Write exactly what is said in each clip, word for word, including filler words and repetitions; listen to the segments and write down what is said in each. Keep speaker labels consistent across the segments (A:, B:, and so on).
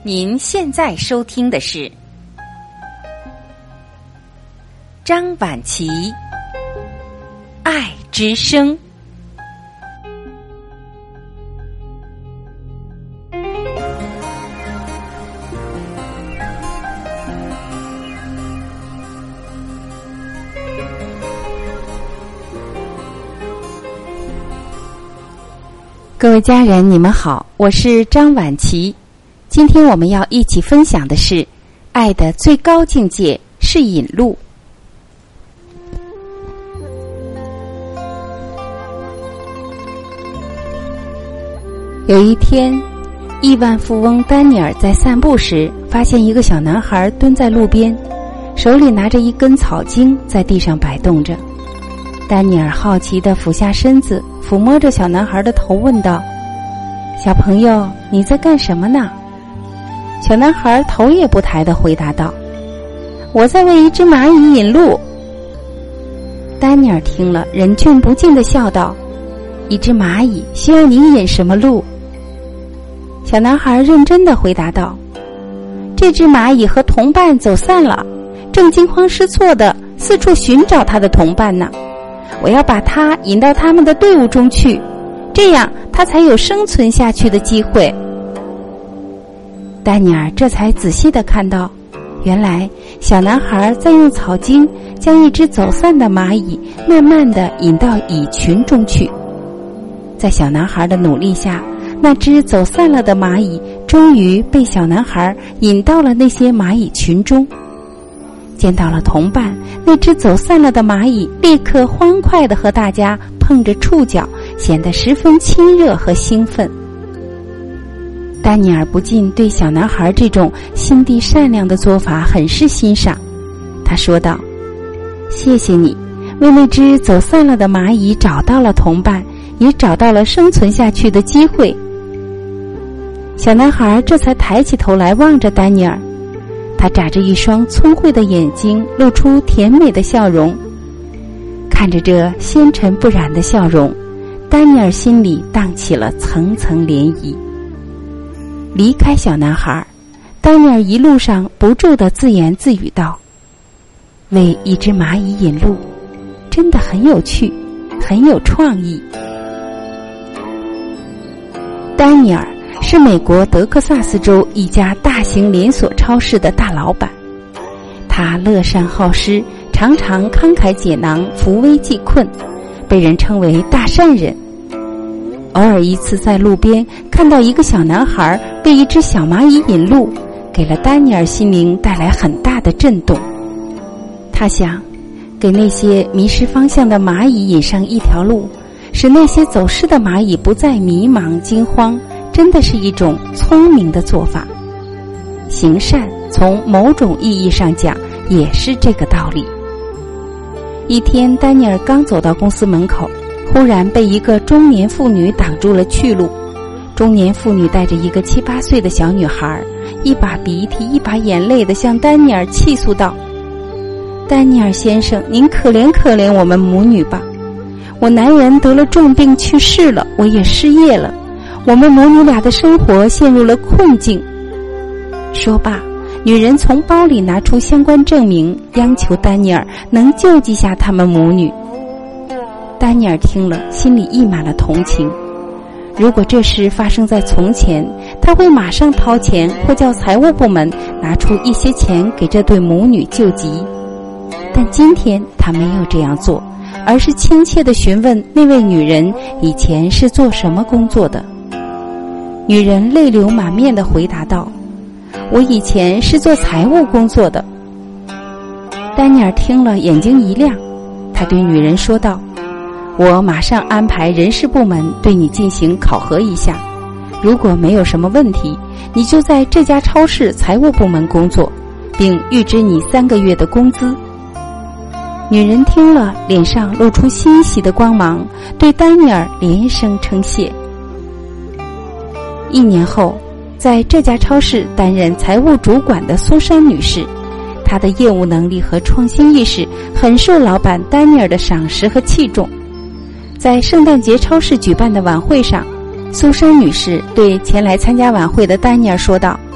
A: 您现在收听的是张晚琪《爱之声》。各位家人，你们好，我是张晚琪。今天我们要一起分享的是，爱的最高境界是引路。有一天，亿万富翁丹尼尔在散步时，发现一个小男孩蹲在路边，手里拿着一根草茎在地上摆动着。丹尼尔好奇地俯下身子，抚摸着小男孩的头，问道：“小朋友，你在干什么呢？”小男孩头也不抬地回答道：“我在为一只蚂蚁引路。”丹尼尔听了，忍俊不禁地笑道：“一只蚂蚁需要你引什么路？”小男孩认真地回答道：“这只蚂蚁和同伴走散了，正惊慌失措地四处寻找它的同伴呢。我要把它引到他们的队伍中去，这样它才有生存下去的机会。”丹尼尔这才仔细地看到，原来小男孩在用草茎将一只走散的蚂蚁慢慢地引到蚁群中去。在小男孩的努力下，那只走散了的蚂蚁终于被小男孩引到了那些蚂蚁群中。见到了同伴，那只走散了的蚂蚁立刻欢快地和大家碰着触角，显得十分亲热和兴奋。丹尼尔不禁对小男孩这种心地善良的做法很是欣赏，他说道：“谢谢你，为那只走散了的蚂蚁找到了同伴，也找到了生存下去的机会。”小男孩这才抬起头来望着丹尼尔，他眨着一双聪慧的眼睛，露出甜美的笑容。看着这纤尘不染的笑容，丹尼尔心里荡起了层层涟漪。离开小男孩，丹尼尔一路上不住地自言自语道：“为一只蚂蚁引路，真的很有趣，很有创意。”丹尼尔是美国德克萨斯州一家大型连锁超市的大老板，他乐善好施，常常慷慨解囊，扶危济困，被人称为大善人。偶尔一次在路边看到一个小男孩被一只小蚂蚁引路，给了丹尼尔心灵带来很大的震动。他想，给那些迷失方向的蚂蚁引上一条路，使那些走失的蚂蚁不再迷茫惊慌，真的是一种聪明的做法。行善从某种意义上讲也是这个道理。一天，丹尼尔刚走到公司门口，忽然被一个中年妇女挡住了去路。中年妇女带着一个七八岁的小女孩，一把鼻涕一把眼泪地向丹尼尔泣诉道：“丹尼尔先生，您可怜可怜我们母女吧！我男人得了重病去世了，我也失业了，我们母女俩的生活陷入了困境。”说罢，女人从包里拿出相关证明，央求丹尼尔能救济下他们母女。丹尼尔听了，心里溢满了同情。如果这事发生在从前，他会马上掏钱，或叫财务部门拿出一些钱给这对母女救急。但今天他没有这样做，而是亲切地询问那位女人以前是做什么工作的。女人泪流满面地回答道：“我以前是做财务工作的。”丹尼尔听了，眼睛一亮，他对女人说道：“我马上安排人事部门对你进行考核一下，如果没有什么问题，你就在这家超市财务部门工作，并预支你三个月的工资。”女人听了，脸上露出欣喜的光芒，对丹尼尔连声称谢。一年后，在这家超市担任财务主管的苏珊女士，她的业务能力和创新意识很受老板丹尼尔的赏识和器重。在圣诞节超市举办的晚会上，苏珊女士对前来参加晚会的丹尼尔说道：“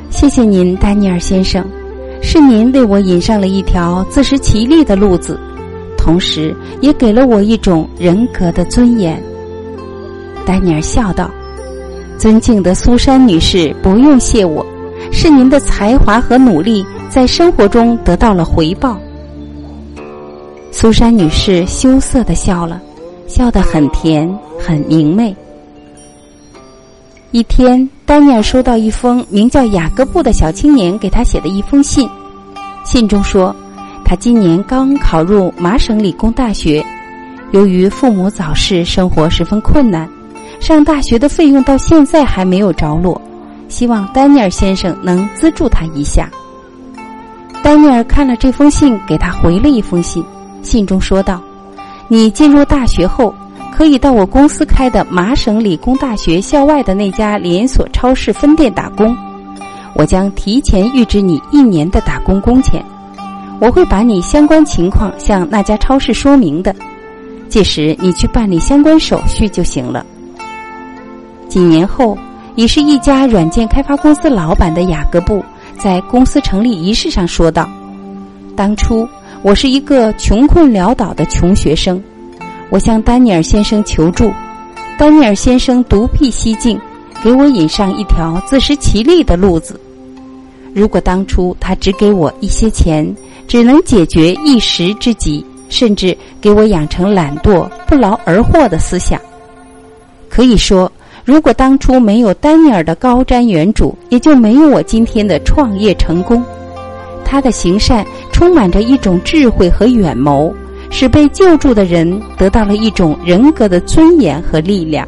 A: 谢谢您，丹尼尔先生，是您为我引上了一条自食其力的路子，同时也给了我一种人格的尊严。丹尼尔笑道，尊敬的苏珊女士，不用谢我，是您的才华和努力在生活中得到了回报。苏珊女士羞涩地笑了，笑得很甜很明媚。一天，丹尼尔收到一封名叫雅各布的小青年给他写的一封信，信中说他今年刚考入麻省理工大学，由于父母早逝，生活十分困难，上大学的费用到现在还没有着落，希望丹尼尔先生能资助他一下。丹尼尔看了这封信，给他回了一封信，信中说道，你进入大学后可以到我公司开的麻省理工大学校外的那家连锁超市分店打工，我将提前预支你一年的打工工钱，我会把你相关情况向那家超市说明的，届时你去办理相关手续就行了。几年后，已是一家软件开发公司老板的雅各布在公司成立仪式上说道，当初我是一个穷困潦倒的穷学生，我向丹尼尔先生求助，丹尼尔先生独辟蹊径，给我引上一条自食其力的路子。如果当初他只给我一些钱，只能解决一时之急，甚至给我养成懒惰不劳而获的思想。可以说，如果当初没有丹尼尔的高瞻远瞩，也就没有我今天的创业成功。他的行善充满着一种智慧和远谋，使被救助的人得到了一种人格的尊严和力量。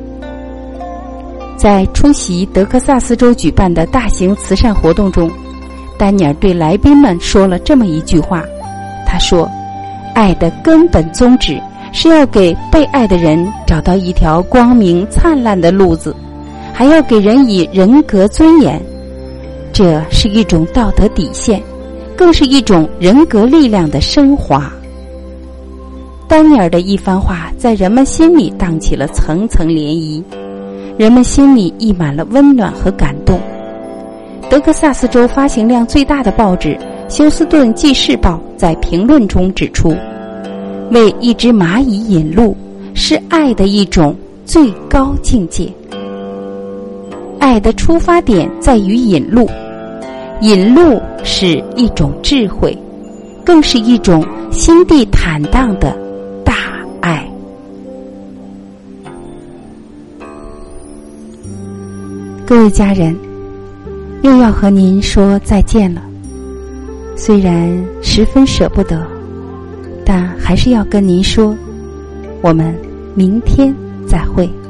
A: 在出席德克萨斯州举办的大型慈善活动中，丹尼尔对来宾们说了这么一句话，他说，爱的根本宗旨是要给被爱的人找到一条光明灿烂的路子，还要给人以人格尊严，这是一种道德底线，更是一种人格力量的升华。丹尼尔的一番话在人们心里荡起了层层涟漪，人们心里溢满了温暖和感动。德克萨斯州发行量最大的报纸《休斯顿纪事报》在评论中指出，为一只蚂蚁引路是爱的一种最高境界。爱的出发点在于引路，引路是一种智慧，更是一种心地坦荡的大爱。各位家人，又要和您说再见了。虽然十分舍不得，但还是要跟您说，我们明天再会。